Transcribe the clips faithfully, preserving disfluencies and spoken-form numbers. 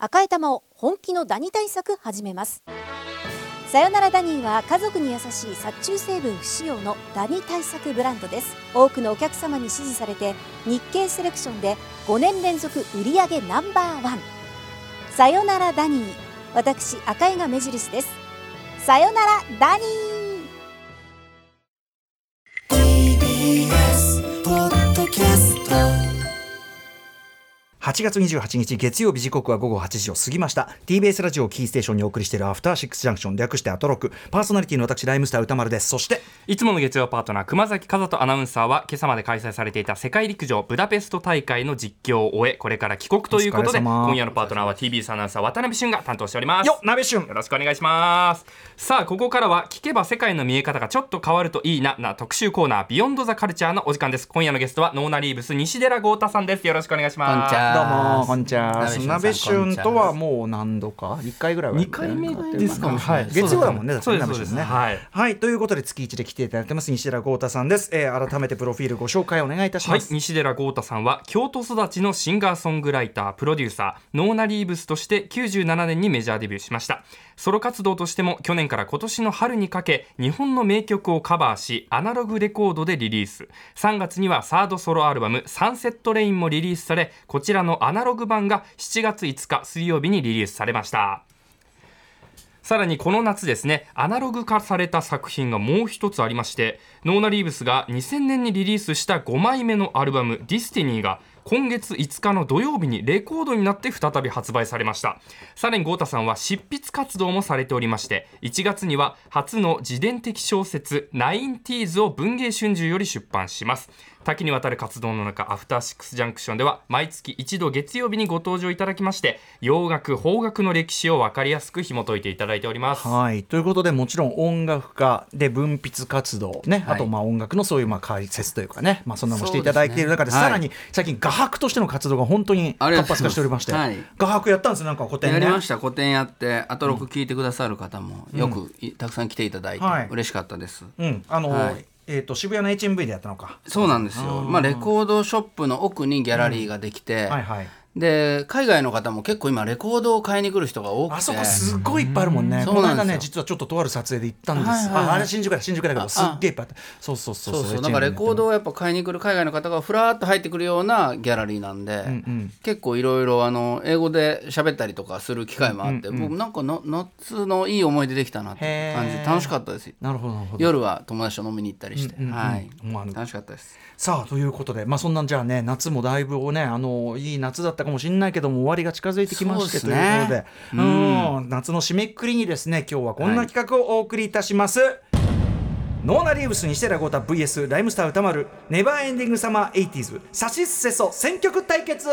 赤い玉を本気のダニ対策始めます。さよならダニーは家族に優しい殺虫成分不使用のダニ対策ブランドです。多くのお客様に支持されて日経セレクションでごねん連続売上ナンバーワン。さよならダニー、私赤井が目印です。さよならダニー。 ティービーエス ポッドキャスト。 はちがつにじゅうはちにち月曜日、時刻はごごはちじを過ぎました。 ティービーエス ラジオキーステーションにお送りしているアフターシックスジャンクション、略してアトロク。パーソナリティの私ライムスター歌丸です。そしていつもの月曜パートナー熊崎和人アナウンサーは今朝まで開催されていた世界陸上ブダペスト大会の実況を終え、これから帰国ということで、今夜のパートナーは ティービーエス アナウンサー渡辺俊が担当しております。 よっ、鍋俊、 よろしくお願いします。さあ、ここからは聞けば世界の見え方がちょっと変わるといいなな特集コーナー、ビヨンドザカルチャーのお時間です。今夜のゲストはノーナリーブス西寺豪太さんです。よろしくお願いします。 どうもこんにちは。鍋俊とはもう何度かいっかいぐらいは、ね、 にかいめですかね、はい、 月曜だもんね。 そうですそうですね、はい、 はい、ということで月一で来ていただいてます西寺豪太さんです。えー、改めてプロフィールご紹介お願いいたします。 はい、西寺豪太さんは京都育ちのシンガーソングライター、プロデューサー、ノーナリーブスとしてきゅうじゅうななねんにメジャーデビューしました。ソロ活動としても去年から今年の春にかけ日本の名曲をカバーしアナログレコードでリリース。さんがつにはサードソロアルバムサンセットレインもリリースされ、こちらのアナログ版がしちがついつか水曜日にリリースされました。さらにこの夏ですね、アナログ化された作品がもう一つありまして、ノーナリーブスがにせんねんにリリースしたごまいめのアルバムディスティニーが今月いつかの土曜日にレコードになって再び発売されました。さらに豪太さんは執筆活動もされておりまして、いちがつには初の自伝的小説ナインティーズを文藝春秋より出版します。多岐にわたる活動の中、アフターシックスジャンクションでは毎月一度月曜日にご登場いただきまして、洋楽邦楽の歴史を分かりやすく紐解いていただいております。 はい、ということで、もちろん音楽家で文筆活動ね、はい、あとまあ音楽のそういうまあ解説というかね、まあ、そんなのもしていただいている中で、さらに最近画伯としての活動が本当に活発化しておりまして、はい、画伯やったんですよ。なんか個展ねやりました。個展やってアトロク聞いてくださる方もよく、うん、たくさん来ていただいて、はい、嬉しかったです。 うん、あのーはいえー、と渋谷の エイチエムブイ でやったのか。 そうなんですよ。まあ、レコードショップの奥にギャラリーができて、うんはいはい、で海外の方も結構今レコードを買いに来る人が多くて、 あそこすごいいっぱいあるもんね。この間ね、実はちょっととある撮影で行ったんです、はいはいはい、あ, あれ新宿だ新宿だけどすっげえいっぱいあって、そうそうそうそうそう、 なんかレコードをやっぱ買いに来る海外の方がふらっと入ってくるようなギャラリーなんで、うんうん、結構いろいろ英語で喋ったりとかする機会もあって、うんうん、僕なんかの夏のいい思い出できたなって感じで楽しかったです。 なるほどなるほど。 夜は友達と飲みに行ったりして、うんうんうんはいまあ、 楽しかったです。 さあということで、まあ、そんなんじゃあね、夏もだいぶね、あのいい夏だったかもしれないけども終わりが近づいてきまして、ということで、うん、うん夏の締めくくりにですね、今日はこんな企画をお送りいたします、はい、ノーナリーブス西寺豪太 ブイエス ライムスター歌丸ネバーエンディングサマーエイティーズサシッセソ選曲対決。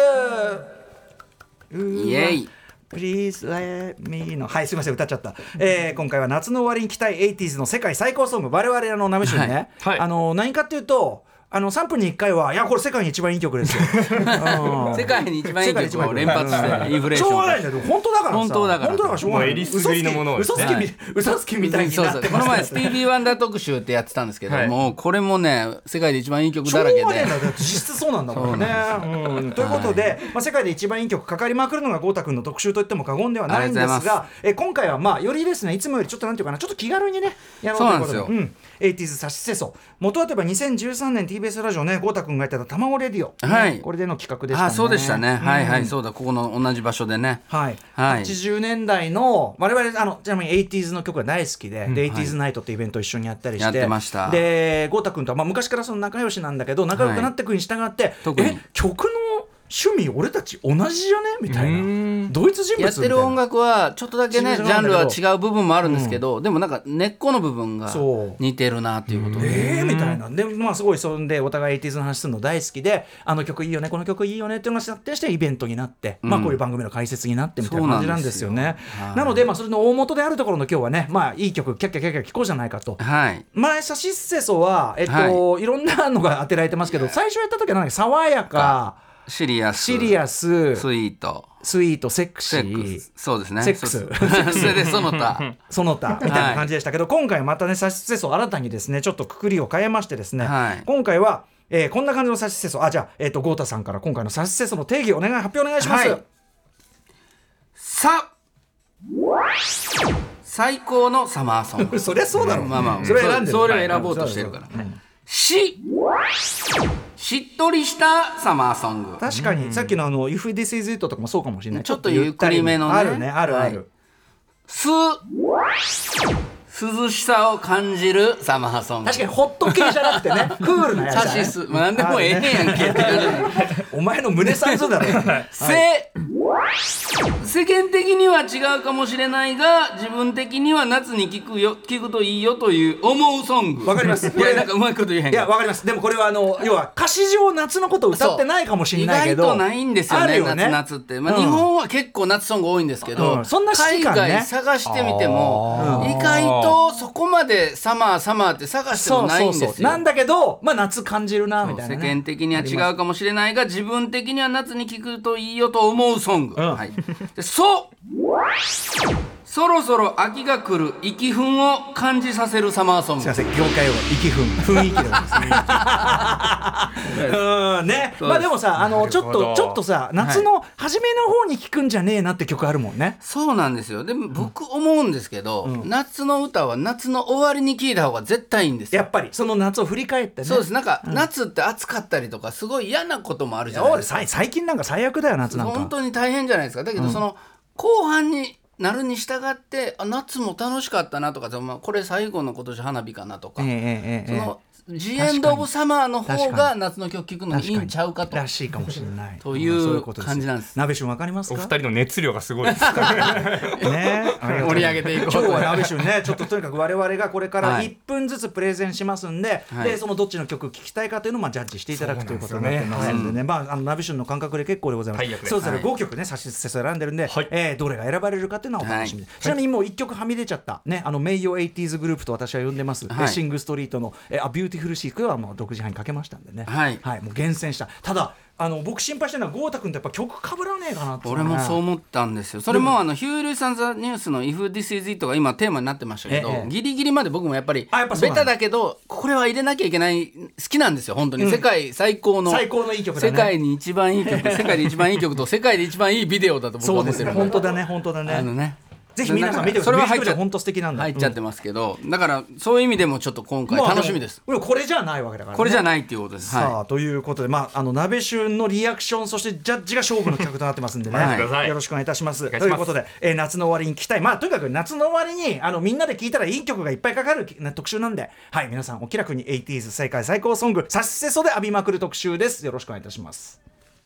イエイ Please let me know。 はい、すいません歌っちゃった、えー、今回は夏の終わりに来たいエイティーズの世界最高ソング、我々のなめしゅんね、はいはい、あの何かっていうとあのさんぷんにいっかいはいやこれ世界に一番いい曲ですよ世界に一番いい曲を連発してインフレーション、 しょうがないんだけど本当だからさ、 本当だから本当だからしょうがない、 もうえりすぐりのものを、ね、 嘘つきみ嘘つきみたいになってます、そうそうこの前スティービー・ワンダー特集ってやってたんですけど、はい、もうこれもね世界で一番いい曲だらけで、しょうがないんだ実質そうなんだからねうん、ということで、はいまあ、世界で一番いい曲かかりまくるのが豪太君の特集といっても過言ではないんですが、え今回はまあよりですね、いつもよりちょっとなんていうかな、ちょっと気軽にねやろうということで、そうなんですよ、うん、エイティーズサシセソ、元はといえばにせんじゅうさんねん ティービーエス ラジオね、豪太君がやってた卵レディオ、はい、これでの企画でしたね。 あそうでしたね、うん、はいはい、そうだ、ここの同じ場所でね、 はいはい、はちじゅうねんだいの我々あのちなみに エイティーズ の曲が大好きで、うん、で エイティーズ ナイトってイベントを一緒にやったりして、 やってました。 で豪太君とは、まあ、昔からその仲良しなんだけど、仲良くなってくに従って、はい、え曲の趣味俺たち同じじゃねみたいな、同一人物やってる音楽はちょっとだけねジャンルは違う部分もあるんですけど、うん、でもなんか根っこの部分が似てるなっていうことで、 えーみたいなで、まあ、すごいそんでお互い エイティーズ の話するの大好きで、あの曲いいよねこの曲いいよねっていうのが設定してイベントになって、うん、まあ、こういう番組の解説になってみたいな感じなんですよね。な, なので、まあ、それの大元であるところの今日はね、まあ、いい曲キャッキャキャッキャ聴こうじゃないかと、はい、前サシッセソは、えっとはい、いろんなのが当てられてますけど、最初やった時は何か爽やかシリアス、 シリアス、 スイート、 スイート、セクシー、 そうですね、 セックス、 それでその他その他みたいな感じでしたけど、はい、今回またねサシセソ新たにですねちょっとくくりを変えましてですね、はい、今回は、えー、こんな感じのサシセソ、あじゃあ、えー、と豪太さんから今回のサシセソの定義お願い発表お願いします。はい、 さ最高のサマーソングそりゃそうだろう、 まあまあそれ選んでる、 それを選ぼうとしてるから、はい、ししっとりしたサマーソング。 確かに、うん、さっきのあの If This Is It とかもそうかもしれない。 ちょっとゆっくりめのね、 あるね、あるある、はい、 す涼しさを感じるサマーソング。 確かにホット系じゃなくてねクールなやつだね。 サシス、まあ、何でもええやんけって感じお前の胸サイズだろせ、はい、世間的には違うかもしれないが自分的には夏に聴くよ、聴くといいよという思うソング。 わかります。 いやなんかうまいこと言えへんか。 いやわかります。でもこれはあの要は歌詞上夏のことを歌ってないかもしれないけど、 意外とないんですよね、よね夏夏って、まあうん、日本は結構夏ソング多いんですけど、うん、 そんな海外探してみても意外とそこまでサマーサマーって探してもないんですよ。そうそうそう、 なんだけど、まあ、夏感じるなみたいな、ね、 世間的には違うかもしれないが自分的には夏に聴くといいよと思うソング、うん、はい、でそそろそろ秋が来る息憤を感じさせるサマーソング。 すいません、業界用語息憤、雰囲気でですねうんね、まあでもさ、あのちょっとちょっとさ、夏の初めの方に聴くんじゃねえなって曲あるもんね。 そうなんですよ。でも僕思うんですけど、うん、夏の歌は夏の終わりに聴いた方が絶対いいんですよ。 やっぱりその夏を振り返ってね。 そうです。なんか、うん、夏って暑かったりとかすごい嫌なこともあるじゃないですか。 最近なんか最悪だよ夏なんか。 本当に大変じゃないですか。だけどその、うん、後半になるに従ってあ夏も楽しかったなとか、まあ、これ最後の今年花火かなとか、えーえー、そのジエンド・オブ・サマーの方が夏の曲聴くのにいいんちゃうかとらしいかもしれないという感じなんです。 鍋旬わかりますか？ お二人の熱量がすごいですね、盛り上げていこう。 今日は鍋旬ね、ちょっととにかく我々がこれからいっぷんずつプレゼンしますんで、はい、でそのどっちの曲聴きたいかというのをまあジャッジしていただくということになってますのでね、まああの鍋旬の感覚で結構でございます。それぞれごきょくね、差しせ選んでるんで、はい、えー、どれが選ばれるかっていうのはお楽しみで、はい、ちなみにもういっきょくはみ出ちゃったね、あの名誉エイティーズグループと私は呼んでます、はい、シングストリートのえあビューティフルシークはもう独自版にかけましたんでね、はい、はい、もう厳選した。ただあの僕心配してるのは豪太君とやっぱ曲かぶらねえかなって。 俺もそう思ったんですよ。それもあのヒュールサンザニュースの If This Is It が今テーマになってましたけど、ええ、ギリギリまで僕もやっぱりベタだけどこれは入れなきゃいけない、好きなんですよ本当に、うん、世界最高の最高のいい曲だね。 世界に一番いい曲世界で一番いい曲と世界で一番いいビデオだと僕は思ってる。 そうですね、本当だね本当だね。 あのね、 ぜひ皆さん見てください。それは入っちゃ本当素敵なんだ。 入っちゃってますけど、うん、だからそういう意味でもちょっと今回楽しみです。 まあ、でこれじゃないわけだからね。 これじゃないっていうことです。 さあ、はい、ということで、まああの鍋旬のリアクションそしてジャッジが勝負の企画となってますんでね、はい、よろしくお願いいたします。ということで、えー、夏の終わりに聞きたい、まあとにかく夏の終わりにあのみんなで聞いたらいい曲がいっぱいかかる特集なんで、はい、皆さんお気楽に エイティーズ 世界最高ソングさっせそで浴びまくる特集です。よろしくお願いいたします。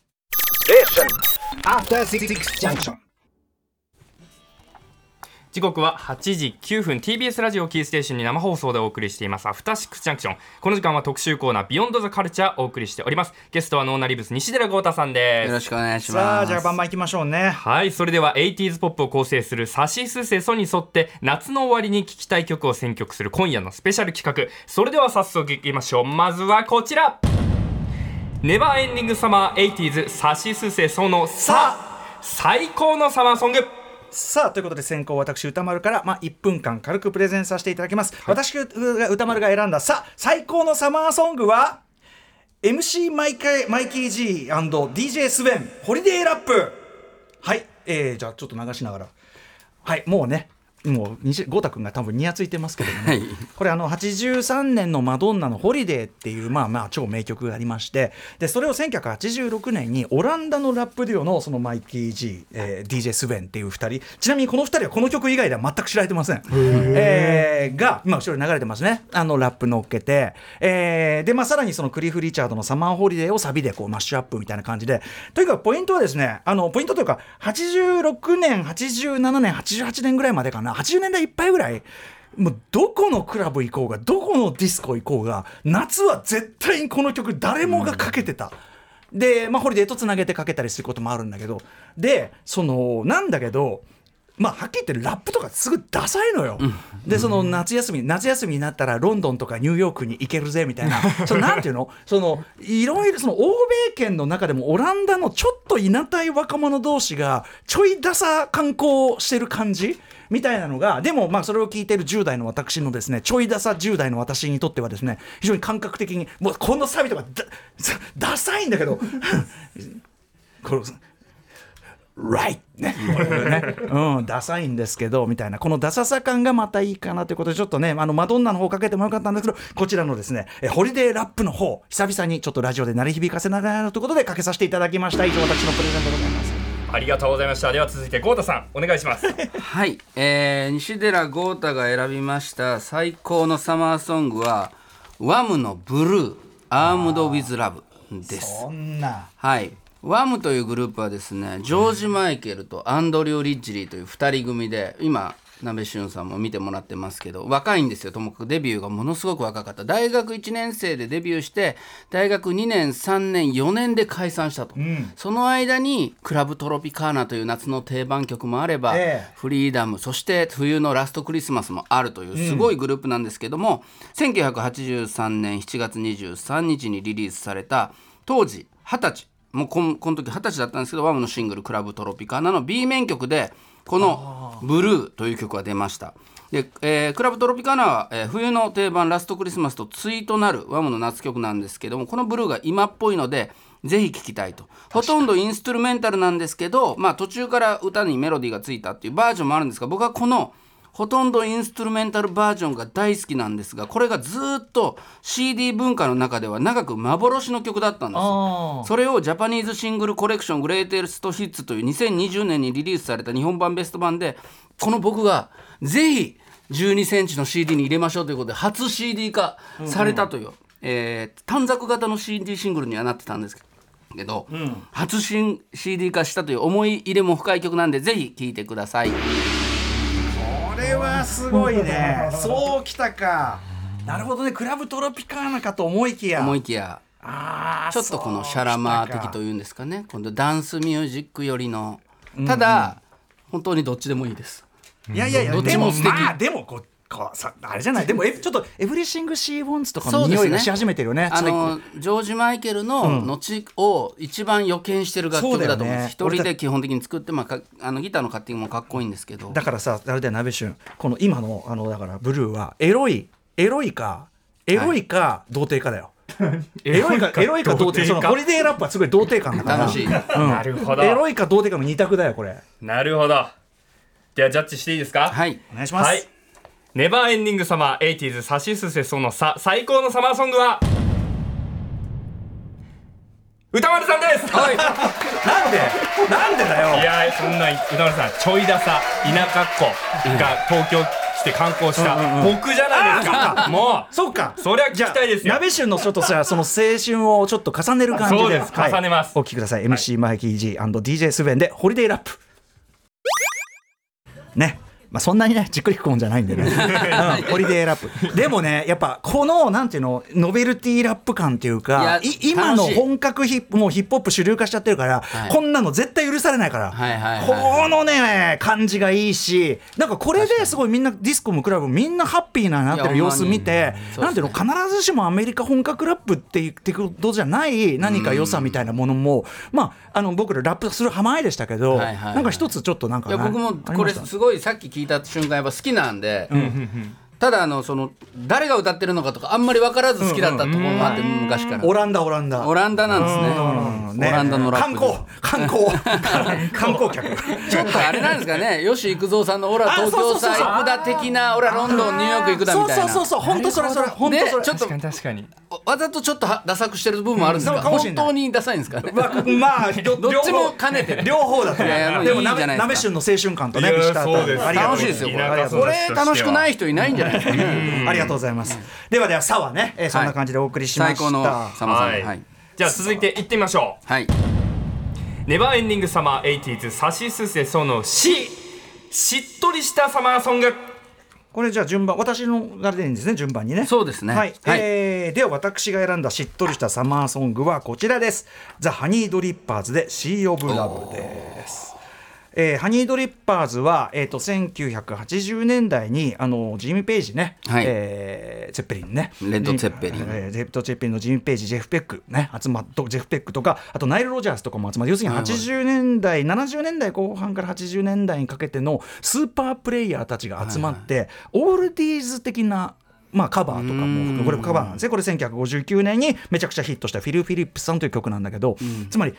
時刻ははちじきゅうふん、 ティービーエス ラジオキーステーションに生放送でお送りしていますアフターシックスジャンクション。この時間は特集コーナービヨンドザカルチャーお送りしております。ゲストはノーナリブス西寺豪太さんです。 よろしくお願いします。 さあじゃあバンバンいきましょうね。 はい、それでは エイティーズ ポップを構成するサシスセソに沿って夏の終わりに聴きたい曲を選曲する今夜のスペシャル企画。それでは早速いきましょう。まずはこちら、ネバーエンディングサマー エイティーズ サシスセソのさ最高のサマーソング。 さあということで先行私歌丸から、まあ、いっぷんかん軽くプレゼンさせていただきます、はい、私が歌丸が選んださ最高のサマーソングは エムシー マイキー マイキー G& ディージェー スウェンホリデーラップ。はい、えー、じゃあちょっと流しながら、はいもうねもう豪太君が多分ニヤついてますけども、ね、はい、これあのはちじゅうさんねんのマドンナのホリデーっていうまあまあ超名曲がありまして、でそれをせんきゅうひゃくはちじゅうろくねんにオランダのラップデュオのそのマイキー G、えー、ディージェー スウェンっていうふたり、ちなみにこのふたりはこの曲以外では全く知られてません、えー、が今後ろに流れてますね。あのラップ乗っけて、えー、でまあさらにそのクリフ・リチャードのサマーホリデーをサビでこうマッシュアップみたいな感じで、とにかくポイントはですね、あのポイントというかはちじゅうろくねんはちじゅうななねんはちじゅうはちねんぐらいまでかな、はちじゅうねんだいいっぱいぐらいもうどこのクラブ行こうがどこのディスコ行こうが夏は絶対にこの曲誰もがかけてた、うん、で、まあ、ホリデーとつなげてかけたりすることもあるんだけど、でそのなんだけどまあはっきり言ってラップとかすぐダサいのよ、うん、でその夏休み夏休みになったらロンドンとかニューヨークに行けるぜみたいなそのなんていうのそのいろいろその欧米圏の中でもオランダのちょっといなたい若者同士がちょいダサ観光してる感じみたいなのが、でもまあそれを聞いているじゅう代の私のですねちょいダサじゅう代の私にとってはですね非常に感覚的にもうこのサビとか ダ, ダサいんだけどこのライねね、うん、ダサいんですけどみたいな、このダサさ感がまたいいかなということで、ちょっとねあのマドンナの方かけてもよかったんですけど、こちらのですねえホリデーラップの方久々にちょっとラジオで鳴り響かせながらということでかけさせていただきました。以上私のプレゼントでございます。 ありがとうございました。では続いて豪太さんお願いしますはい、えー、西寺豪太が選びました最高のサマーソングはワムのブルーアームドウィズラブです。 そんな、 はい、ワムというグループはですね、ジョージ・マイケルとアンドリュー・リッジリーというふたり組で、今鍋俊さんも見てもらってますけど若いんですよ。ともかくデビューがものすごく若かった。大学いちねん生でデビューして大学にねんさんねんよねんで解散したと、うん、その間にクラブトロピカーナという夏の定番曲もあれば、ええ、フリーダム、そして冬のラストクリスマスもあるというすごいグループなんですけども、うん、せんきゅうひゃくはちじゅうさんねんしちがつにじゅうさんにちにリリースされた当時はたち、もうこの、この時はたちだったんですけど、ワムのシングルクラブトロピカーナの B 面曲でこのブルーという曲が出ました。で、えー、クラブトロピカーナは、えー、冬の定番ラストクリスマスと対となるワムの夏曲なんですけども、このブルーが今っぽいのでぜひ聴きたいと。ほとんどインストゥルメンタルなんですけど、まあ、途中から歌にメロディーがついたっていうバージョンもあるんですが、僕はこのほとんどインストゥルメンタルバージョンが大好きなんですが、これがずっと シーディー 文化の中では長く幻の曲だったんですよ。それをジャパニーズシングルコレクショングレイテストヒッツというにせんにじゅうねんにリリースされた日本版ベスト版で、この僕がぜひじゅうにセンチの シーディー に入れましょうということで初 シーディー 化されたという、うんうん、えー、短冊型の シーディー シングルにはなってたんですけど、うん、初 シーディー 化したという思い入れも深い曲なんでぜひ聴いてください。 これはすごいねそうきたか。なるほどね、クラブトロピカーナかと思いきや思いきやあちょっとこのシャラマー的というんですかね、今度ダンスミュージックよりの、ただ、うんうん、本当にどっちでもいいです。 いやいやいや、でもまあでもここさあれじゃないでもえちょっとエブリシングシーウォンツとかの匂いがし始めてるよね。 あのジョージ・マイケルの後を一番予見してる楽曲だと思うんです。一、うんね、人で基本的に作って、まあ、あのギターのカッティングもかっこいいんですけど、 だからさあれだよ鍋俊、この今のあのだからブルーはエロいエロいかエロいか童貞かだよ。エロいかエロいか童貞、そのホリデーラップはすごい童貞感だから楽しい、うん、 なるほど、 エロいか童貞かの二択だよこれ。 なるほど。ではジャッジしていいですか。 はいお願いします、はい、 ネバーエンディングサマーエイティーズさしすせそのさ最高のサマーソングは歌丸さんです。 はい、なんでなんでだよ。 いやそんな歌丸さんちょいださ田舎っ子が東京来て観光した、うんうんうん、僕じゃないですか。もうそうか、 そりゃ聞きたいですよ。 鍋旬のちょっとさその青春をちょっと重ねる感じでそうです、重ねます、 はい、お聞きください。 エムシー マイキー G& ディージェー スベンでホリデーラップね。まあ、そんなにねじっくり聞くもんじゃないんでね、うん、ホリデーラップでもねやっぱこのなんていうのノベルティラップ感っていうかい今の本格ヒップもうヒップホップ主流化しちゃってるから、はい、こんなの絶対許されないから、はいはいはいはい、このね感じがいいし、なんかこれですごいみんなディスコもクラブもみんなハッピーななってる様子見て、なんていうの必ずしもアメリカ本格ラップっていうことじゃない何か良さみたいなものも、まああの僕らラップする浜前でしたけど、はいはいはい、なんか一つちょっとなんかいや僕もこれすごいさっき聞いた瞬間やっぱ好きなんで、うん、ただあのその誰が歌ってるのかとかあんまり分からず好きだったところもあって、うんうん、昔からオランダオランダオランダなんですね、うんね、オランダのラップ観光観光観光客ちょっとあれなんですかね吉幾三さんのオラ東京さ行くだ的なオラロンドンニューヨーク行くだみたいな、 そうそうそう本当それそれ本当それちょっと確かに確かにわざとちょっとダサくしてる部分もあるんですが、うん、本当にダサいんですかね。 まあ、まあ、ど, どっちも兼ねてる両方だと、ね、でも鍋旬の青春感とね楽しいですよこれ。これ楽しくない人いないんじゃないですかね。 ありがとうございます。ではではサワね、えー、そんな感じでお送りしました、 はい、最高のサマーソング、はいはい、 じゃあ続いていってみましょう。はい、ネバーエンディングサマーエイティーズさしすせそのししっとりしたサマーソング。 これじゃあ順番私のあれでいいんですね順番にね。 そうですね、 はいはい、えー、では私が選んだしっとりしたサマーソングはこちらです。ザ・ハニードリッパーズでシー・オブ・ラブです。えー、ハニードリッパーズは、えー、とせんきゅうひゃくはちじゅうねんだいにあのジミー・ペイジね、はい、えー、ゼッペリンねレッド・ゼッペリン、 えー、レッド・ゼッペリンのジミー・ペイジジェフ・ペックね集まっとジェフ・ペックとかあとナイル・ロジャースとかも集まって、要するにはちじゅうねんだい、はいはい、ななじゅうねんだいこう半からはちじゅうねんだいにかけてのスーパープレイヤーたちが集まって、はいはい、オールディーズ的なまあ、カバーとかもこれカバーなんですね。これせんきゅうひゃくごじゅうきゅうねんにめちゃくちゃヒットしたフィル・フィリップスさんという曲なんだけど、つまり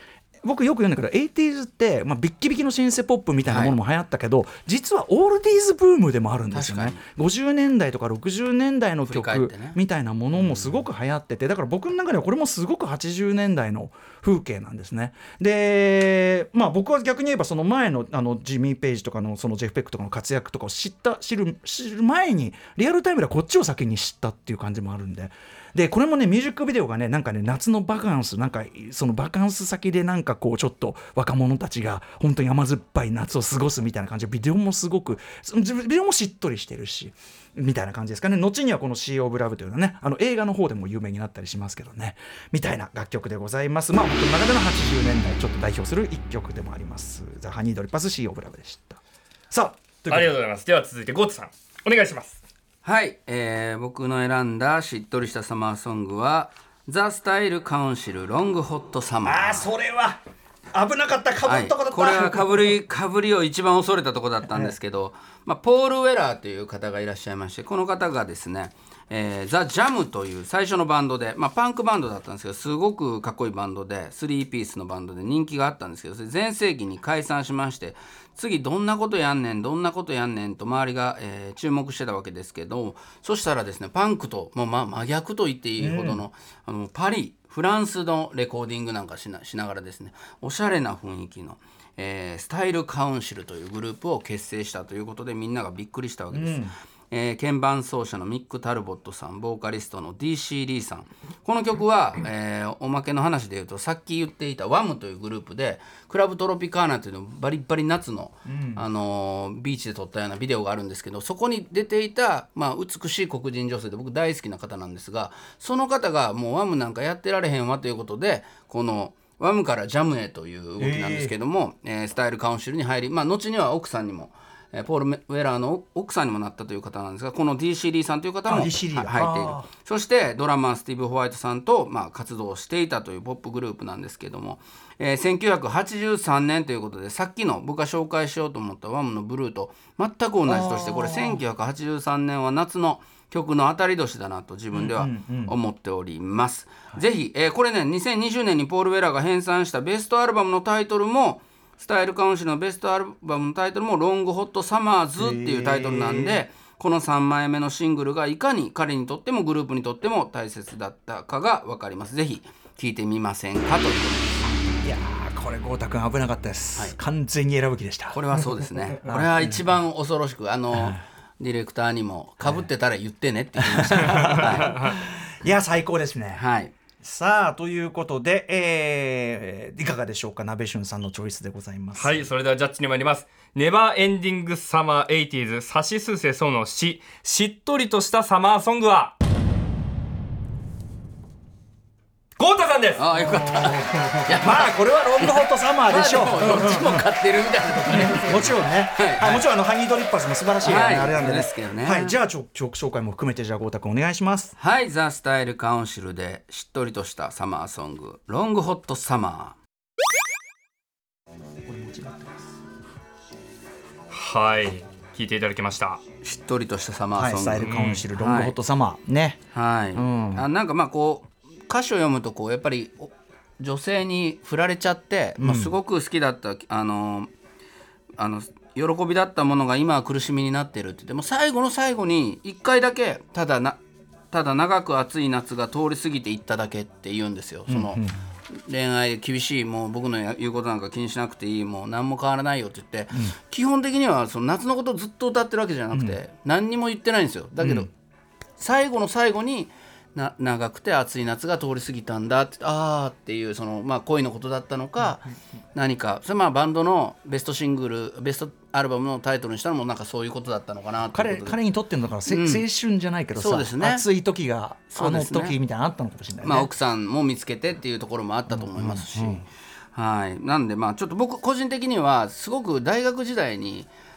僕よく言うんだけど エイティーズ って、まあ、ビッキビキのシンセポップみたいなものも流行ったけど、はい、実はオールディーズブームでもあるんですよね。ごじゅうねんだいとかろくじゅうねんだいの曲みたいなものもすごく流行ってて、だから僕の中ではこれもすごくはちじゅうねんだいの風景なんですね。で、まあ、僕は逆に言えばその前の、あのジミー・ペイジとかのそのジェフ・ベックとかの活躍とかを知った知る、知る前にリアルタイムではこっちを先に知ったっていう感じもあるんで、でこれもねミュージックビデオがねなんかね夏のバカンスなんかそのバカンス先でなんかこうちょっと若者たちが本当に甘酸っぱい夏を過ごすみたいな感じでビデオもすごくビデオもしっとりしてるしみたいな感じですかね。後にはこの シー オブラブというのはねあの映画の方でも有名になったりしますけどねみたいな楽曲でございます。まあ僕の中でのはちじゅうねんだいちょっと代表する一曲でもあります。ザ・ハニードリッパス シー オブラブでした。さあありがとうございます。では続いてゴートさんお願いします。 はい、えー、僕の選んだしっとりしたサマーソングはザ・スタイル・カウンシルロングホットサマー。 あーそれは危なかった、かぶったことだった、 はい、これはかぶりかぶりを一番恐れたところだったんですけど、まあ、ポール・ウェラーという方がいらっしゃいまして、この方がですね、えー、ザ・ジャムという最初のバンドで、まあ、パンクバンドだったんですけどすごくかっこいいバンドでスリーピースのバンドで人気があったんですけど、それ全盛期に解散しまして、次どんなことやんねんどんなことやんねんと周りが、えー、注目してたわけですけど、そしたらですねパンクと、まあ、まあ真逆と言っていいほどの、うん、あのパリフランスのレコーディングなんかし な, しながらですねおしゃれな雰囲気の、えー、スタイルカウンシルというグループを結成したということでみんながびっくりしたわけです、うんえー、鍵盤奏者のミック・タルボットさん、ボーカリストの ディーシー リーさん。この曲は、えー、おまけの話で言うとさっき言っていた ワム というグループでクラブトロピカーナというのバリバリ夏の、うんあのー、ビーチで撮ったようなビデオがあるんですけど、そこに出ていた、まあ、美しい黒人女性で僕大好きな方なんですが、その方がもう ワム なんかやってられへんわということでこのワム からジャムへという動きなんですけども、えーえー、スタイルカウンシルに入り、まあ、後には奥さんにもポール・ウェラーの奥さんにもなったという方なんですが、この ディーシー リーさんという方も入っている。そしてドラマースティーブ・ホワイトさんと、まあ、活動していたというポップグループなんですけども、えー、せんきゅうひゃくはちじゅうさんねんということでさっきの僕が紹介しようと思った ワム のブルーと全く同じとして、これせんきゅうひゃくはちじゅうさんねんは夏の曲の当たり年だなと自分では思っております、うんうんうん、ぜひ、えー、これねにせんにじゅうねんにポール・ウェラーが編纂したベストアルバムのタイトルもスタイルカウンシルのベストアルバムのタイトルもロングホットサマーズっていうタイトルなんで、このさんまいめのシングルがいかに彼にとってもグループにとっても大切だったかが分かります。ぜひ聴いてみませんかということです。 いやーこれ豪太くん危なかったです、はい、完全に選ぶ気でした。 これはそうですねこれは一番恐ろしくあのディレクターにも被ってたら言ってねって言いました、はい、 いや最高ですね。 はいさあということで、えー、いかがでしょうか。なべしゅんさんのチョイスでございます。 はい、それではジャッジに参ります。ネバーエンディングサマーエイティーズさしすせそのししっとりとしたサマーソングはゴータさんです。 ああよかったいやまあこれはロングホットサマーでしょう、 まあ、どっちも買ってるみたいなとこありますけどもちろんね、はいはい、もちろんあのハニードリッパーズも素晴らしい、ねはい、あれなんで ね, ですけどね、 はい、じゃあ曲紹介も含めてじゃあゴータくんお願いします。 はい、ザ・スタイル・カウンシルでしっとりとしたサマーソングロングホットサマー。 はい聞いていただきました。 しっとりとしたサマーソング、はい、 スタイルカウンシル、うん、ロングホットサマーね。 はい、うん、あなんかまあこう歌詞を読むとこうやっぱり女性に振られちゃって、うんまあ、すごく好きだったあのあの喜びだったものが今は苦しみになってるって言っても最後の最後にいっかいだけただなただ長く暑い夏が通り過ぎていっただけって言うんですよ。その、うんうん、恋愛厳しいもう僕の言うことなんか気にしなくていいもう何も変わらないよって言って、うん、基本的にはその夏のことをずっと歌ってるわけじゃなくて、うん、何にも言ってないんですよ。だけど、うん、最後の最後にな長くて暑い夏が通り過ぎたんだってあーっていうその、まあ、恋のことだったのか、うん、何かそれまあバンドのベストシングルベストアルバムのタイトルにしたのもなんかそういうことだったのかなっていうことで 彼, 彼にとってのだから、うん、青春じゃないけどさ、そうですね、暑い時があの時みたいなのあったのかもしれないね。まあ、 奥さんも見つけてっていうところもあったと思いますし、うんうんうん、はい、なんでまあちょっと僕個人的にはすごく大学時代に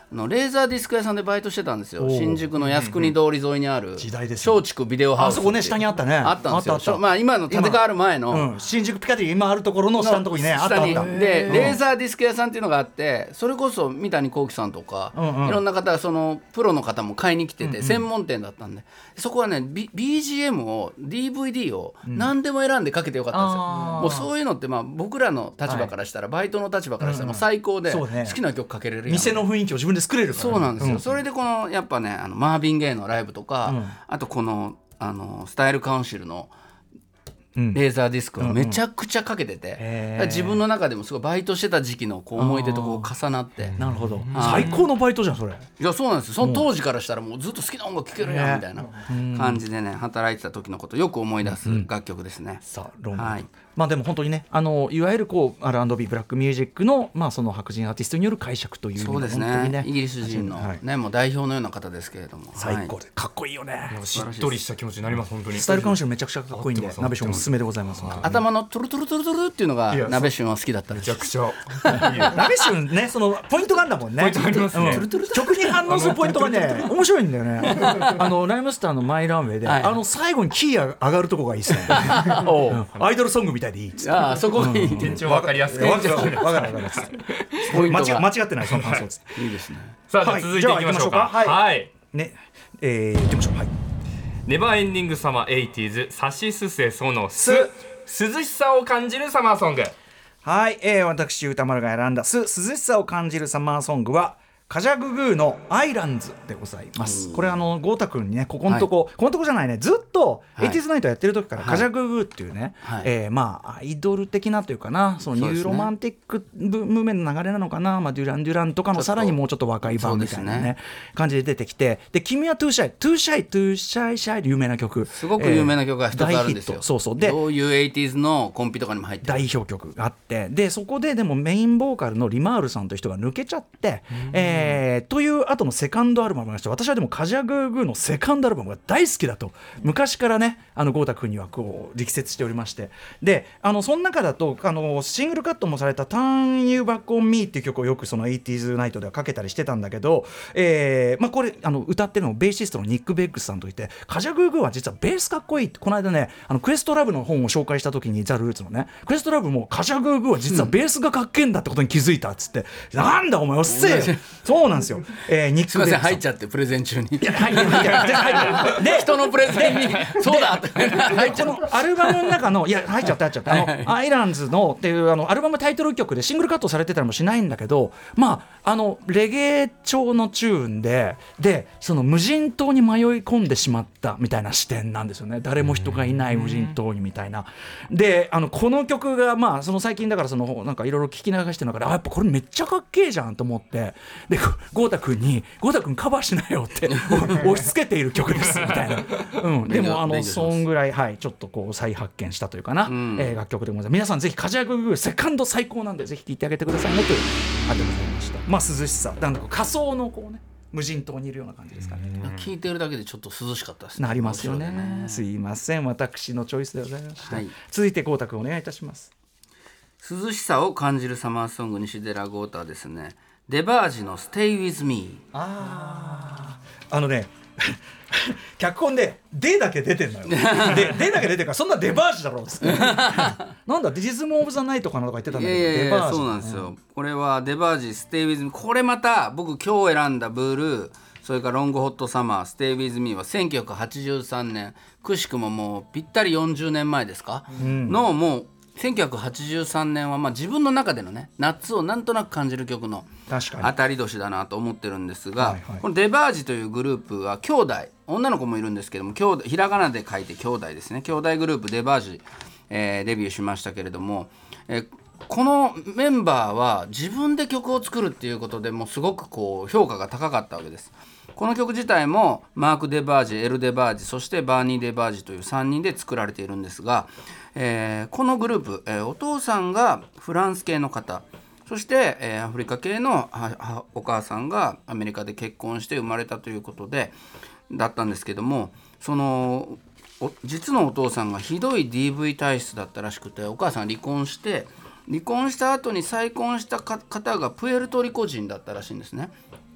のレーザーディスク屋さんでバイトしてたんですよ。新宿の靖国通り沿いにある松竹ビデオハウス、 あそこね下にあったね。 あったんですよ。まあ今の建て替わる前の、 うん、新宿ピカデリー今あるところの下のところにねあったあったでレーザーディスク屋さんっていうのがあって、それこそ三谷幸喜さんとか、うんうん、いろんな方そのプロの方も買いに来てて、うんうん、専門店だったんで、そこはね B ビージーエム を ディーブイディー を何でも選んでかけてよかったんですよ、うん、もうそういうのってまあ僕らの立場からしたら、はい、バイトの立場からしたらもう最高で、うんうん、好きな曲かけれるやん。 店の雰囲気を自分で作れるから、ね、 そうなんですよ、うん、それでこのやっぱねあのマーヴィン・ゲイのライブとか、うん、あとこのあのスタイルカウンシルのレーザーディスクをめちゃくちゃかけてて、うんうん、自分の中でもすごいバイトしてた時期のこう思い出とこう重なって。 なるほど、最高のバイトじゃんそれ。 いやそうなんですよ。その当時からしたらもうずっと好きな音楽聴けるやんみたいな感じでね、働いてた時のことをよく思い出す楽曲ですね、うんうん、 さあロンドン、はい、まあでも本当にねあのいわゆるこう アールアンドビー ブラックミュージックの、まあ、その白人アーティストによる解釈という意味で、 そうですね、ねイギリス人の、はいね、もう代表のような方ですけれども、 最高で、はい、かっこいいよね。 しっとりした気持ちになります。本当にスタイルカウンシルめちゃくちゃかっこいいんで鍋ションおすすめでございます。 頭のトゥルトゥルトゥルトゥルっていうのが鍋シュンは好きだった。 めちゃくちゃ鍋シュンね、そのポイントがあるんだもんね。 ポイントありますね、うん、 曲に反応するポイントがね面白いんだよね。あのライムスターのマイランウェイで、はい、あの最後にキー上がるとこがいいですね。アイドルソングみたいでいいっつって。 ああそこがいい、 店長分かりやすく分かる分かる分かる間違間違ってないその感想っつって。 いいですね。 さあ、はい、続いていきましょうか。はい、はいねえー、いきましょう。はい。 ネバーエンディングサマーエイティーズサシスセソのス涼しさを感じるサマーソング。 はい、えー、私歌丸が選んだス涼しさを感じるサマーソングはカジャググーのアイランズでございます。これあの豪太くんにねここのとこ、はい、このとこじゃないねずっと、はい、エイティーズナイトやってる時から、はい、カジャググーっていうね、はいえー、まあアイドル的なというかなそのニューロマンティックムーメンの流れなのかな、まあ、デュラン・デュランとかのさらにもうちょっと若い版みたいな ね, ね感じで出てきて、で君はトゥーシャイトゥーシャイトゥーシャイシャイで有名な曲、 すごく有名な曲が一つあるんですよ、 えー、そうそうでそういうエイティーズのコンピとかにも入ってる代表曲があって、でそこででもメインボーカルのリマールさんという人が抜けちゃって、えー、という後のセカンドアルバムがありまして、私はでもカジャグーグーのセカンドアルバムが大好きだと昔からねあの豪太君にはこう力説しておりまして、であのその中だとあのシングルカットもされた Turn You Back on Me っていう曲をよくその エイティーズ ナイトではかけたりしてたんだけど、えーまあ、これあの歌ってるのベーシストのニック・ベックスさんといて、カジャグーグーは実はベースかっこいいってこの間ねあのクエストラブの本を紹介した時にザ・ルーツのねクエストラブもカジャグーグーは実はベースがかっけえんだってことに気づいたっつって、うん、なんだお前おっせえよそうなんですよ、えー、ニック・ベックスさん入っちゃってプレゼン中にいや入って入って入ってで人のプレゼンにそうだって入っちゃうこのアルバムの中のいや入っちゃった入っちゃったあのアイランズのっていうあのアルバムタイトル曲でシングルカットされてたりもしないんだけど、まああのレゲエ調のチューンででその無人島に迷い込んでしまったみたいな視点なんですよね。誰も人がいない無人島にみたいなで、あのこの曲がまあその最近だからそのなんかいろいろ聞き流してる中であやっぱこれめっちゃかっけえじゃんと思って、で豪太君に豪太君カバーしなよって押し付けている曲ですみたいな、うん、でもあのそんぐらい、はい、ちょっとこう再発見したというかな、うんえー、楽曲でございます。皆さんぜひカジャググーセカンド最高なんでぜひ聴いてあげてくださいねというあれでございました。まあ涼しさなんか仮想のこうね無人島にいるような感じですかね。 聞いてるだけでちょっと涼しかったですね。 なりますよ ね, ねすいません私のチョイスでございました、はい、続いて豪太君お願いいたします。 涼しさを感じるサマーソング西寺豪太はですねデバージの Stay with me。 ああのね脚本で「で」だけ出てんのよ。で「で」だけ出てるからそんなデバージだろうっつってなんだディズム・オブ・ザ・ナイトかなとか言ってたんだけど、いやいやいやデバージそうなんですよ、うん、これはデバージ Stay with me。 これまた僕今日選んだブルーそれからロングホットサマー Stay with me はせんきゅうひゃくはちじゅうさんねんくしくももうぴったりよんじゅうねんまえですか、うん、のもうせんきゅうひゃくはちじゅうさんねんはまあ自分の中でのね夏をなんとなく感じる曲の当たり年だなと思ってるんですが、はいはい、このデバージというグループは兄弟女の子もいるんですけども兄弟ひらがなで書いて兄弟ですね兄弟グループデバージ、えー、デビューしましたけれども、えー、このメンバーは自分で曲を作るっていうことでもうすごくこう評価が高かったわけです。この曲自体もマーク・デバージ、エル・デバージ、そしてバーニー・デバージというさんにんで作られているんですが、えー、このグループ、えー、お父さんがフランス系の方そして、えー、アフリカ系のお母さんがアメリカで結婚して生まれたということでだったんですけども、その実のお父さんがひどい ディーブイ 体質だったらしくてお母さん離婚して離婚した後に再婚した方がプエルトリコ人だったらしいんですね。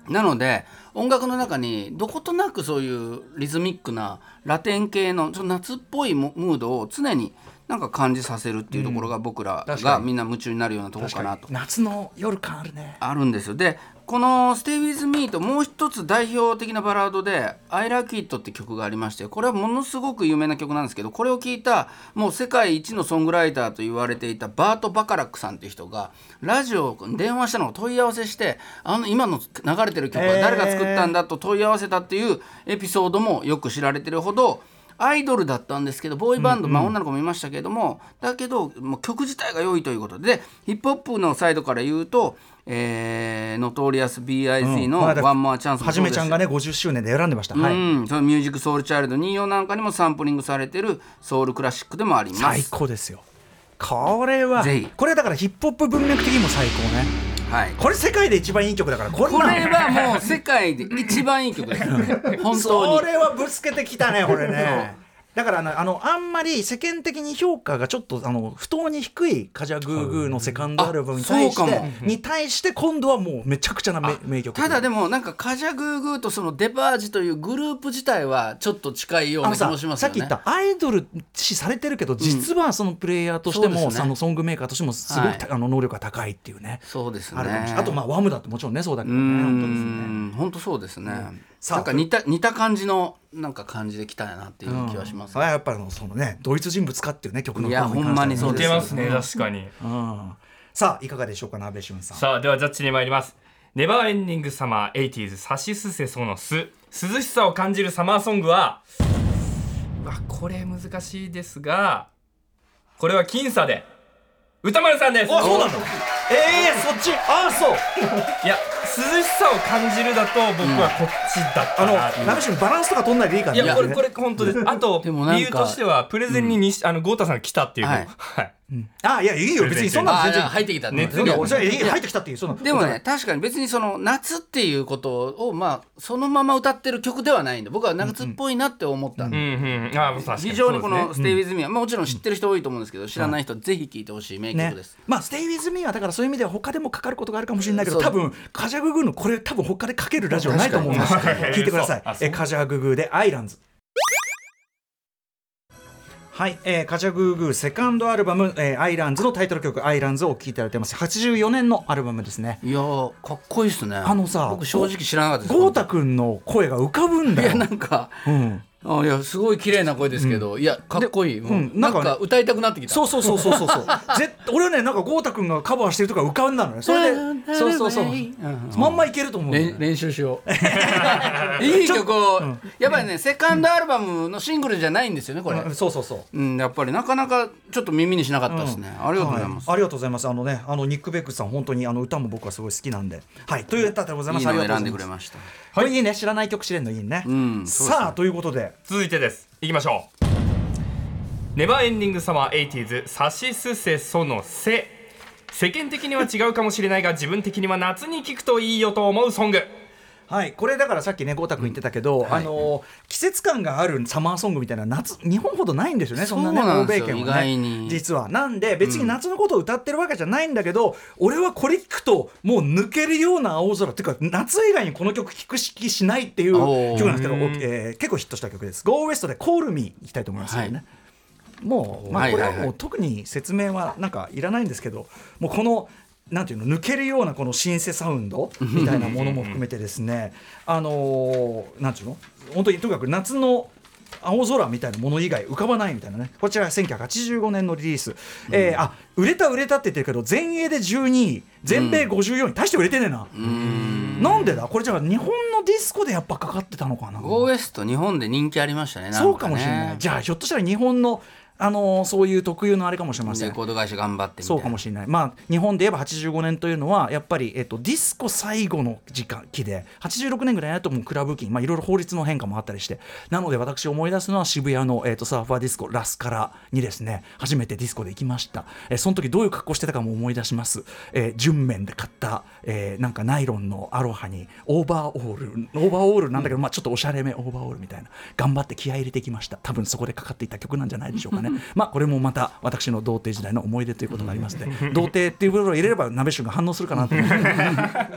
なので音楽の中にどことなくそういうリズミックなラテン系のちょっと夏っぽいムードを常になんか感じさせるっていうところが僕らがみんな夢中になるようなところかなと、 うん、夏の夜感あるね。 あるんですよ。でこの Stay With Me ともう一つ代表的なバラードで I Like It って曲がありまして、これはものすごく有名な曲なんですけど、これを聴いたもう世界一のソングライターと言われていたバート・バカラックさんっていう人がラジオに電話したのを問い合わせして、あの今の流れてる曲は誰が作ったんだと問い合わせたっていうエピソードもよく知られてるほどアイドルだったんですけど、ボーイバンド、うんうん、まあ、女の子もいましたけども、だけどもう曲自体が良いということで、ヒップホップのサイドから言うと、えー、ノトリアス ビーアイシー の One More Chance、 はじめちゃんがねごじゅっしゅうねんで選んでました、 うん、 はい、 そのミュージックソウルチャイルドにじゅうよんなんかにもサンプリングされてるソウルクラシックでもあります。 最高ですよこれは。 ぜひこれだからヒップホップ文脈的にも最高ね。はい、これ世界で一番いい曲だから、これこれはもう世界で一番いい曲です本当にそれはぶつけてきたねこれねだからあの あのあんまり世間的に評価がちょっとあの不当に低いカジャグーグーのセカンドアルバムに対してに対して今度はもうめちゃくちゃな名, 名曲。 ただでもなんかカジャグーグーとそのデパージというグループ自体はちょっと近いような気もしますよね。 さっき言ったアイドル視されてるけど、実はそのプレイヤーとしても、うんね、あのソングメーカーとしてもすごく、はい、あの能力が高いっていうね。 そうですね。 あるかもしれない。あとまあワムだってもちろんねそうだけどね。本当ですね。 本当そうですね。うんなんか似た似た感じのなんか感じできたなっていう気はします、ね。 うん、やっぱりそのねドイツ人物かっていうね曲のいやほんまにそう似てますね、確かに、 うん。さあいかがでしょうか鍋俊さん。 さあではジャッジに参ります。ネバーエンディングサマーエイティーズサシスセソのス、涼しさを感じるサマーソングは、わこれ難しいですが、これは僅差で歌丸さんです。 あ、そうなんだ。えー、そっち。ああ、そう。 いや涼しさを感じるだと僕はこっちだったなって、 うん、あの鍋俊バランスとか取んないでいいからね。 いやこれこれ本当です。あと理由としてはプレゼンにに、うん、あの豪太さんが来たっていうの、はいはいうん、 あいやいいよ別にそんなの全然入ってきた熱量入ってきたっていうそのでもね確かに別にその夏っていうことをまあそのまま歌ってる曲ではないんで僕は夏っぽいなって思ったんで、 うんうん、あ非常にこの Stay With Me は、まあ、もちろん知ってる人多いと思うんですけど、知らない人はぜひ聴いてほしい名曲です、 ね、まあ Stay With Me はだからそういう意味では他でもかかることがあるかもしれないけど、多分カジャググーのこれ多分他でかけるラジオないと思うんですよ聞いてください。えカジャググーでアイランズ。はい、えー、カジャグーグーセカンドアルバム、えー、アイランズのタイトル曲アイランズを聴いていただいてます。はちじゅうよねんのアルバムですね。 いやーかっこいいっすね。 あのさ僕正直知らなかったです。 豪太くんの声が浮かぶんだよ。 いやなんか、うんあいやすごい綺麗な声ですけど、うん、いやかっこいい、うん、なんか歌いたくなってきた。 そうそうそうそうそうそう俺はねなんか豪太くんがカバーしてるとか浮かんだのね。それでそうそうそう、うん、まんまいけると思う、ね、 練習しよういい曲を、うん、やっぱりねセカンドアルバムのシングルじゃないんですよねこれ、 うん、そうそうそう、 うん、やっぱりなかなかちょっと耳にしなかったですね、うん、ありがとうございます、 はい、ありがとうございます。あのねあのニック・ベックさん本当にあの歌も僕はすごい好きなんで、はいという歌でございます。 いいの選んでくれました。 これいいね、知らない曲知れんのいいね、うん、さあということで続いてですいきましょう。ネバーエンディングサマーエイティーズサシスセソのセ。世間的には違うかもしれないが自分的には夏に聴くといいよと思うソング。 はい、これだからさっきね豪太君言ってたけど、うんはい、あの季節感があるサマーソングみたいな夏日本ほどないんですよね。そんなね欧米圏はね実はなんで別に夏のことを歌ってるわけじゃないんだけど、うん、俺はこれ聞くともう抜けるような青空っていうか夏以外にこの曲聴く気しないっていう曲なんですけど、えー、結構ヒットした曲です。 Go West で Call Me いきたいと思いますよね、はいもう、まあ、これはもう特に説明はなんかいらないんですけど、もうこのなんていうの抜けるようなこのシンセサウンドみたいなものも含めてですねあのー、なんていうの本当にとにかく夏の青空みたいなもの以外浮かばないみたいなね。こちらせんきゅうひゃくはちじゅうごねんのリリース、うんえー、あ売れた売れたって言ってるけど全英でじゅうにい全米ごじゅうよんい、うん、大して売れてねえな。うんなんでだこれじゃあ日本のディスコでやっぱかかってたのかな。 ゴーエスト日本で人気ありました ね, なんかねそうかもしれない。じゃあひょっとしたら日本のあのー、そういう特有のあれかもしれません。 レコード会社頑張ってみたいな。 そうかもしれない。まあ日本で言えばはちじゅうごねんというのはやっぱり、えっと、ディスコ最後の時間期ではちじゅうろくねんぐらいだともうクラブ期、まあいろいろ法律の変化もあったりして、なので私思い出すのは渋谷の、えっと、サーファーディスコラスカラにですね初めてディスコで行きました。えー、その時どういう格好してたかも思い出します。えー、純棉で買った、えー、なんかナイロンのアロハにオーバーオールオーバーオールなんだけど、うんまあ、ちょっとおしゃれめオーバーオールみたいな頑張って気合い入れてきました。多分そこでかかっていた曲なんじゃないでしょうかねまあこれもまた私の童貞時代の思い出ということがありますので童貞っていう部分を入れれば鍋旬が反応するかなと思います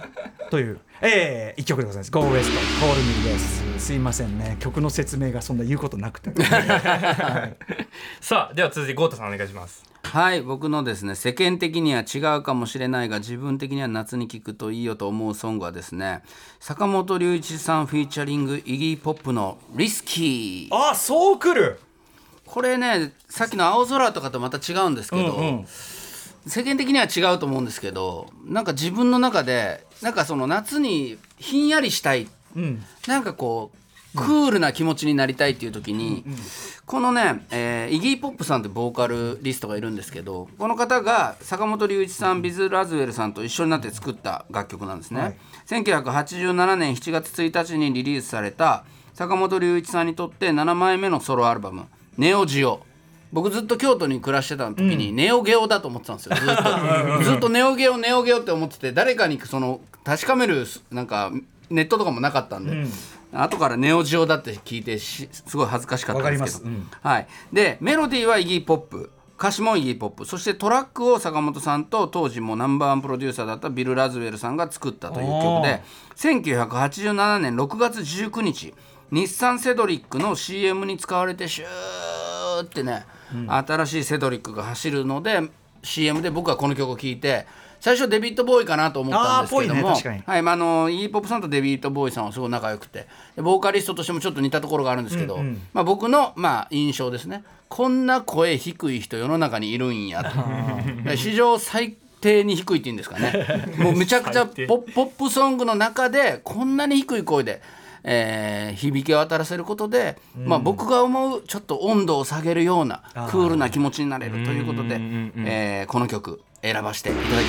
という、えー、一曲でございます。 Go West Call Me です。すいませんね、曲の説明がそんな言うことなくて、はい、 さあでは続いて豪太さんお願いします。 はい、僕のですね、世間的には違うかもしれないが自分的には夏に聴くといいよと思うソングはですね、坂本龍一さんフィーチャリングイギーポップのリスキー。 あ、そうくる。 これね、さっきの青空とかとまた違うんですけど、うんうん、世間的には違うと思うんですけど、なんか自分の中でなんかその夏にひんやりしたい、うん、なんかこうクールな気持ちになりたいっていう時に、うんうん、このね、えー、イギー・ポップさんってボーカルリストがいるんですけど、この方が坂本龍一さん、ビズ・ラズウェルさんと一緒になって作った楽曲なんですね、はい、せんきゅうひゃくはちじゅうななねんしちがつついたちにリリースされた坂本龍一さんにとってななまいめのソロアルバムネオジオ。僕ずっと京都に暮らしてた時にネオゲオだと思ってたんですよ、ずっとずっとネオゲオネオゲオって思ってて、誰かにその確かめるなんかネットとかもなかったんで、うん、後からネオジオだって聞いてすごい恥ずかしかったんですけど、うん、はい、でメロディーはイギーポップ、歌詞もイギーポップ、そしてトラックを坂本さんと当時もナンバーワンプロデューサーだったビル・ラズウェルさんが作ったという曲で、せんきゅうひゃくはちじゅうななねんろくがつじゅうくにち日産セドリックの シーエム に使われてシューってね、うん、新しいセドリックが走るので シーエム で僕はこの曲を聴いて、最初デビッド・ボーイかなと思ったんですけども、ね、はい、まあ、あのイーポップさんとデビッド・ボーイさんはすごい仲良くて、ボーカリストとしてもちょっと似たところがあるんですけど、うんうん、まあ、僕の、まあ、印象ですね、こんな声低い人世の中にいるんやと史上最低に低いっていうんですかねもうめちゃくちゃポップソングの中でこんなに低い声でえー、響きを渡らせることで、うん、まあ、僕が思うちょっと温度を下げるようなクールな気持ちになれるということで、えー、この曲選ばせていただきました。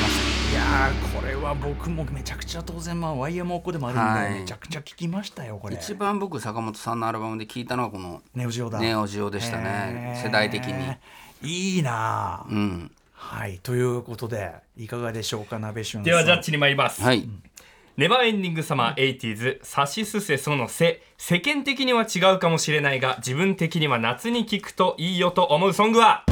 いやー、これは僕もめちゃくちゃ当然、まあ、ワイエムオー コでもあるんで、はい、めちゃくちゃ聴きましたよこれ。 一番僕坂本さんのアルバムで聴いたのはこのネオジオだネオジオでしたね、世代的にいいな、 うん、 はい、ということでいかがでしょうか、鍋俊さん。 ではジャッジに参ります、 はい、 ネバーエンディングサマーエイティーズさしすせそのせ、世間的には違うかもしれないが自分的には夏に聴くといいよと思うソングは、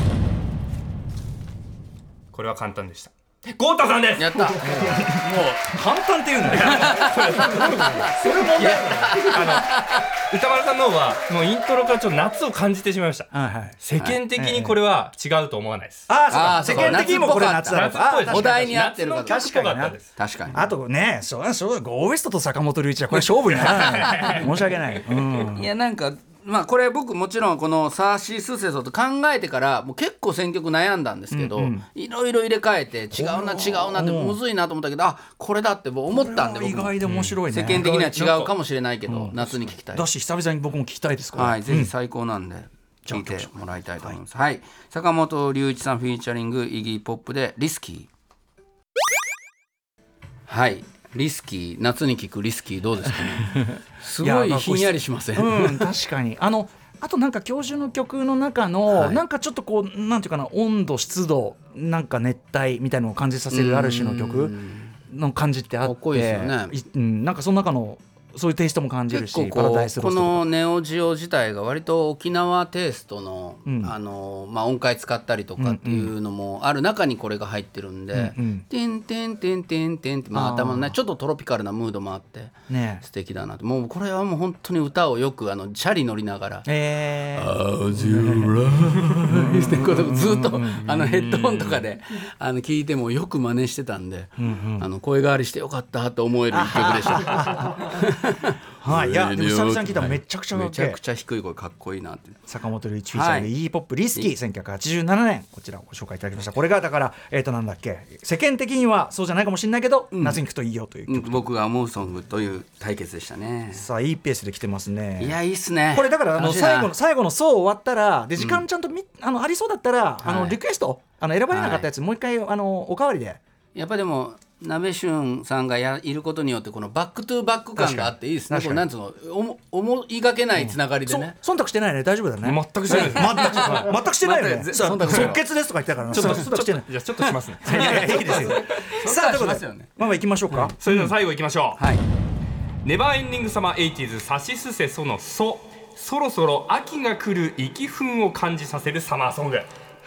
これは簡単でした。豪太さんです。 やったもう簡単って言うんだよそれ問題あの歌丸さんの方はもうイントロからちょっと夏を感じてしまいました、はいはい、世間的にこれは違うと思わないです、 はいはい、ああ、そうか、世間的にもこれ夏だとお題に合ってるか確かに確かに。 あとね、そうそうゴーウエストと坂本龍一はこれ勝負にならない申し訳ない、うん、 いやなんかまあ、これ僕もちろんこのサーシースセソと考えてからもう結構選曲悩んだんですけど、いろいろ入れ替えて違うな違うなってむずいなと思ったけど、あ、これだってもう思ったんで、僕意外で面白いね、 世間的には違うかもしれないけど、うん、夏に聴きたいだし久々に僕も聴きたいですから、 はい、ぜひ最高なんで聴いてもらいたいと思います、はいはい、坂本龍一さんフィーチャリングイギーポップでリスキー。はい、リスキー、夏に聴くリスキーどうですかねすごいひんやりしません、 うん、確かにあのあとなんか教授の曲の中の、はい、なんかちょっとこうなんていうかな、温度湿度なんか熱帯みたいなのを感じさせるある種の曲の感じってあって、かっこいいですよね、うん、なんかその中のそういうテイストも感じるし、 結構こうパラダイスロストこのネオジオ自体が割と沖縄テイストの、うん、あのまあ、音階使ったりとかっていうのもある中にこれが入ってるんで、うんうん、てんてんてんてんてんって、まあ、頭のねちょっとトロピカルなムードもあって素敵だなと、ね、もうこれはもう本当に歌をよくあのチャリ乗りながら、えー、ずっとあのヘッドホンとかであの聞いてもよく真似してたんで、うんうん、あの声変わりしてよかったと思える一曲でしたはい、いやでも久々に聞いたらめちゃくちゃ、はい、 めちゃくちゃ低い声かっこいいなって。 坂本龍一フィーチャーで E ポップリスキー、せんきゅうひゃくはちじゅうななねんこちらをご紹介いただきました。これがだからえっ、ー、となんだっけ、世間的にはそうじゃないかもしれないけど、うん、夏に行くといいよという曲、 うん、僕が思うソングという対決でしたね。 さあいいペースで来てますね。 いやいいっすね。 これだからあの最後の最後の層終わったらで時間ちゃんとみ、うん、あのありそうだったら、はい、あのリクエストあの選ばれなかったやつ、はい、もう一回あのおかわりで。 やっぱでも鍋俊さんがやいることによってこのバックトゥーバック感があっていいですね。これなんつうの思思いがけないつながりでね、 うん、忖度してないね。大丈夫だね。 全くしてないです全くしてないよね。即決ですとか言ったからちょっとちょっとじゃあちょっとしますねいやいやいいですよさあということでまあまあ行きましょうか、 うん、それでは最後行きましょう、 はい、 ネバーエンディングサマーエイティーズさしすせそのそそろそろ秋が来る息憤を感じさせるサマーソング。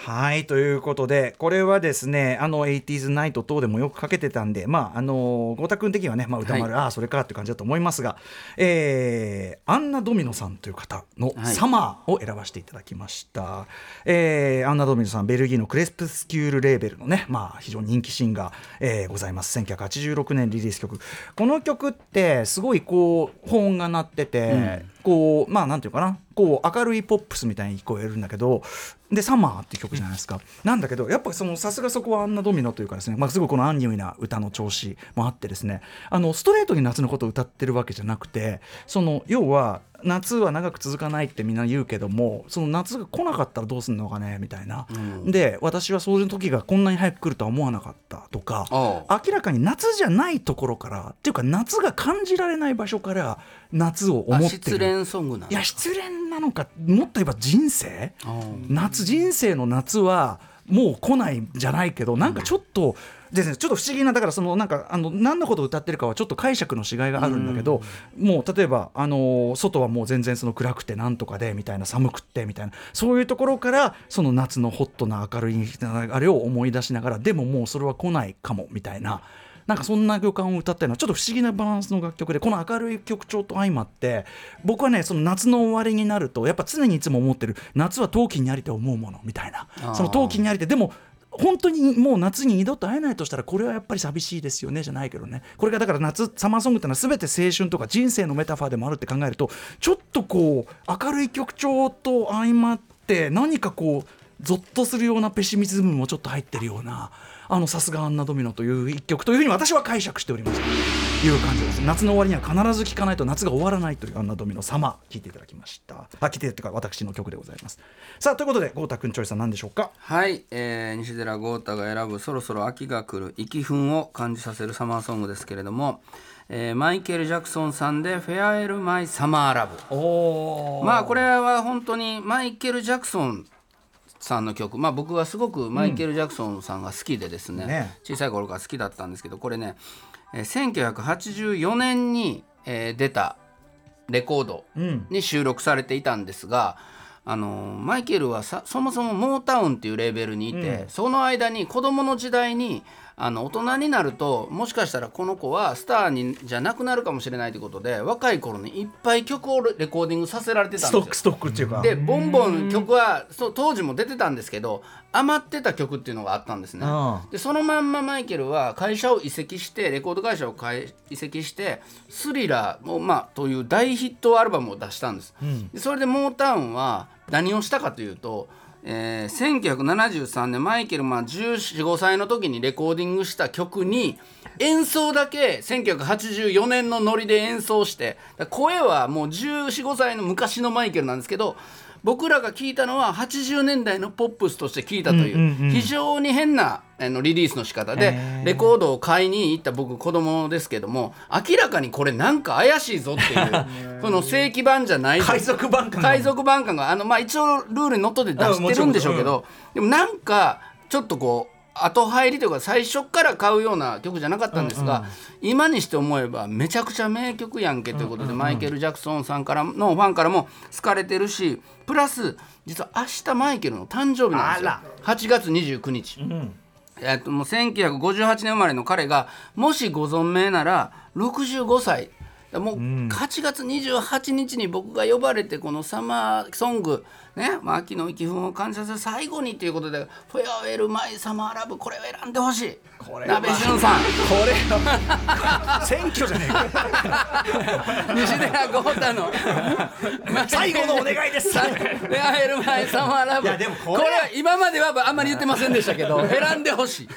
はいということでこれはですねあのエイティーズナイト等でもよくかけてたんでまああの豪太君的にはね、まあ、歌丸、はい、ああそれかって感じだと思いますが、えー、アンナ・ドミノさんという方のサマーを選ばせていただきました、はいえー、アンナ・ドミノさんベルギーのクレスプスキュールレーベルのね、まあ、非常に人気シンガー、えー、ございます。せんきゅうひゃくはちじゅうろくねんリリース曲。この曲ってすごいこう保音が鳴ってて、うんこうまあなんていうかなこう明るいポップスみたいに聞こえるんだけどでサマーっていう曲じゃないですか、うん、なんだけどやっぱりそのさすがそこはアンナ・ドミノというかですね、まあ、すごいこのアンニュイな歌の調子もあってですねあのストレートに夏のことを歌ってるわけじゃなくてその要は夏は長く続かないってみんな言うけどもその夏が来なかったらどうすんのかねみたいな、うん、で私はそういう時がこんなに早く来るとは思わなかったとか明らかに夏じゃないところからっていうか夏が感じられない場所から夏を思ってる失恋ソングなのいや失恋なのかもっと言えば人生夏人生の夏はもう来ないんじゃないけどなんかちょっと、うんでね、ちょっと不思議なだからそのなんかあの何のことを歌ってるかはちょっと解釈の違いがあるんだけど、うん、もう例えばあの外はもう全然その暗くてなんとかでみたいな寒くってみたいなそういうところからその夏のホットな明るいあれを思い出しながらでももうそれは来ないかもみたいななんかそんな予感を歌ったようなちょっと不思議なバランスの楽曲でこの明るい曲調と相まって僕はねその夏の終わりになるとやっぱ常にいつも思ってる夏は陶器にありて思うものみたいなその陶器にありてでも本当にもう夏に二度と会えないとしたらこれはやっぱり寂しいですよねじゃないけどねこれがだから夏サマーソングってのは全て青春とか人生のメタファーでもあるって考えるとちょっとこう明るい曲調と相まって何かこうゾッとするようなペシミズムもちょっと入ってるようなあのさすがアンナ・ドミノという一曲というふうに私は解釈しておりますという感じです。夏の終わりには必ず聴かないと夏が終わらないというアンナ・ドミノサマー聴いていただきましたあ聴いてというか私の曲でございます。さあということで豪太くんチョイスは何でしょうか。 はい、えー、西寺豪太が選ぶそろそろ秋が来る息憤を感じさせるサマーソングですけれども、えー、マイケル・ジャクソンさんでフェアエル・マイ・サマー・ラブ。おまあこれは本当にマイケル・ジャクソンさんの曲、まあ、僕はすごくマイケル・ジャクソンさんが好きでですね、うんね、小さい頃から好きだったんですけどこれね、えー、せんきゅうひゃくはちじゅうよねんに、えー、出たレコードに収録されていたんですが、うん、あのー、マイケルはさそもそもモータウンっていうレーベルにいて、うん、その間に子供の時代にあの大人になるともしかしたらこの子はスターにじゃなくなるかもしれないということで若い頃にいっぱい曲をレコーディングさせられてたんですよ。 ストックストックっていうかでボンボン曲はそう当時も出てたんですけど余ってた曲っていうのがあったんですね。でそのまんまマイケルは会社を移籍してレコード会社を移籍してスリラーも、まあ、という大ヒットアルバムを出したんです、うん、でそれでモータウンは何をしたかというとえー、せんきゅうひゃくななじゅうさんねんマイケルまあじゅうよん、ごさいの時にレコーディングした曲に演奏だけせんきゅうひゃくはちじゅうよねんのノリで演奏して声はもうじゅうよん、ごさいの昔のマイケルなんですけど僕らが聞いたのははちじゅうねんだいのポップスとして聞いたという、うんうんうん、非常に変なあのリリースの仕方でレコードを買いに行った僕子供ですけども明らかにこれなんか怪しいぞっていうこの正規版じゃない海賊版感海賊版感があの、まあ、一応ルールにのっとって出してるんでしょうけど、うん、でもなんかちょっとこう後入りというか最初から買うような曲じゃなかったんですが、うんうん、今にして思えばめちゃくちゃ名曲やんけということで、うんうんうん、マイケル・ジャクソンさんからのファンからも好かれてるしプラス実は明日マイケルの誕生日なんですよ。はちがつにじゅうくにち、うんえっと、もうせんきゅうひゃくごじゅうはちねん生まれの彼がもしご存命ならろくじゅうごさいもうはちがつにじゅうはちにちに僕が呼ばれてこのサマーソングね、まあ、秋の息憤を感じさせる最後にということでフェアウェルマイサマーラブこれを選んでほしい。これ鍋俊さんこれ選挙じゃねえか西寺豪太の最後のお願いですフェアウェルマイサマーラブ。いやでもこれ、これは今まではあんまり言ってませんでしたけど選んでほし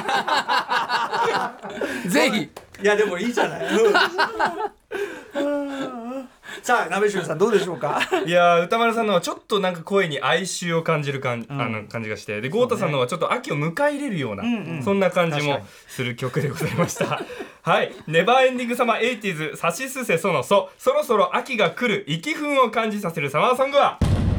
いぜひ。 いやでもいいじゃないさあ鍋俊さんどうでしょうか。 いや歌丸さんのはちょっとなんか声に哀愁を感じるかん、うん、あの感じがしてで豪太さんのはちょっと秋を迎え入れるような そ,、ね、そんな感じもする曲でございましたはいネバーエンディングサマーエイティーズさしすせそのそそろそろ秋が来る息憤を感じさせるサマーソングは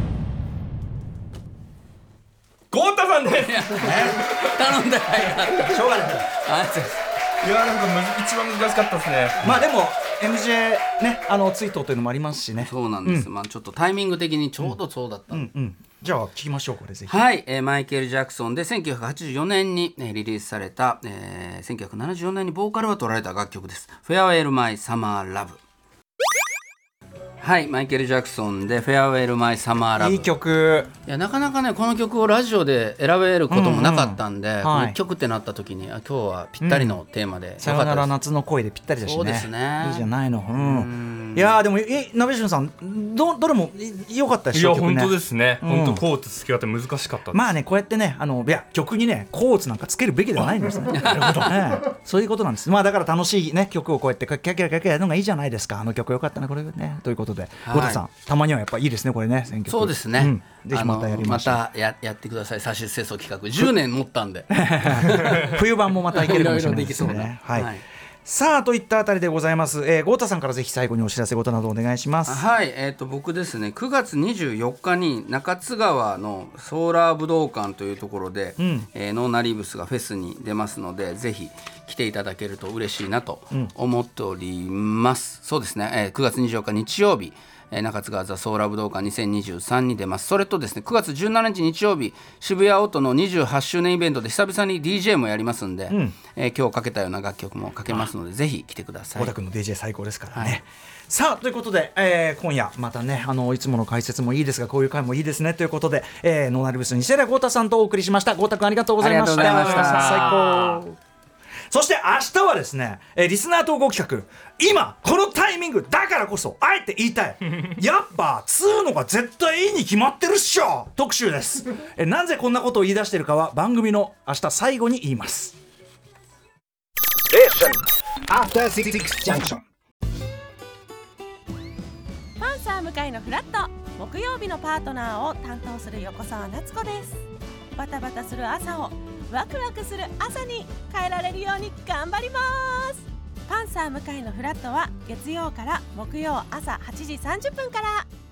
豪太さんです、ね、 頼んだらしょうがないいやなんかむ一番難しかったですね。 まあでも エムジェー ねあの追悼というのもありますしね。 そうなんです、うん、まあちょっとタイミング的にちょうどそうだった、 うんうんうん、 じゃあ聞きましょうこれぜひ。 はい、えー、マイケル・ジャクソンでせんきゅうひゃくはちじゅうよねんに、えー、リリースされた、えー、せんきゅうひゃくななじゅうよねんにボーカルが取られた楽曲です。 Farewell My Summer Love。はい、マイケル・ジャクソンで Farewell My Summer Love。 いい曲。 いやなかなかねこの曲をラジオで選べることもなかったんで、うんうん、この曲ってなった時に、はい、今日はぴったりのテーマで、うん、 さよなら夏の恋でぴったりだしね。 そうですね、 いいじゃないの、うん、いやでもえナベシュンさん ど, どれも良かったでしょ。 いや本当ですね、 うん、 本当コーツつけ方難しかったです。 まあねこうやってねあのいや曲にねコーツなんかつけるべきではないんですね。なるほどねそういうことなんです。まあだから楽しいね曲をこうやってキャキャキャキャやるのがいいじゃないですか。あの曲良かったなこれねということで、ゴタさんたまにはやっぱいいですねこれね選曲。 そうですね、うん、 ぜひまたやりましょう。 また や, やってください。サシス清掃企画じゅうねん持ったんで冬版もまたいけるかもしれないですね。 いろいろできそうな、 はいはい、 さあといったあたりでございます。えー、ゴータさんからぜひ最後にお知らせ事などお願いします。 はい、えー、と僕ですねくがつにじゅうよっかに中津川のソーラー武道館というところで、うんえー、ノーナリーブスがフェスに出ますのでぜひ来ていただけると嬉しいなと思っております、うん、そうですね、えー、くがつにじゅうよっか日曜日中津川ザソーラー武道館にせんにじゅうさんに出ます。それとですねくがつじゅうしちにち日曜日渋谷オートのにじゅうはちしゅうねんイベントで久々に ディージェー もやりますんで、うんえー、今日かけたような楽曲もかけますのでぜひ来てください。 小田君の ディージェー 最高ですからね、はい、さあということで、えー、今夜またねあのいつもの解説もいいですがこういう回もいいですねということで、えー、ノーナリブス西寺豪太さんとお送りしました。豪太君ありがとうございました。 ありがとうございました。 最高。そして明日はですね、えー、リスナー投稿企画今このタイミングだからこそあえて言いたいやっぱつうのが絶対いいに決まってるっしょ特集です。えー、なぜこんなことを言い出しているかは番組の明日最後に言います。 アフターシックスジャンクション。 パンサー向井のフラット木曜日のパートナーを担当する横澤夏子です。バタバタする朝をワクワクする朝に変えられるように頑張ります。パンサー向井のフラットは月曜から木曜朝はちじさんじゅっぷんから。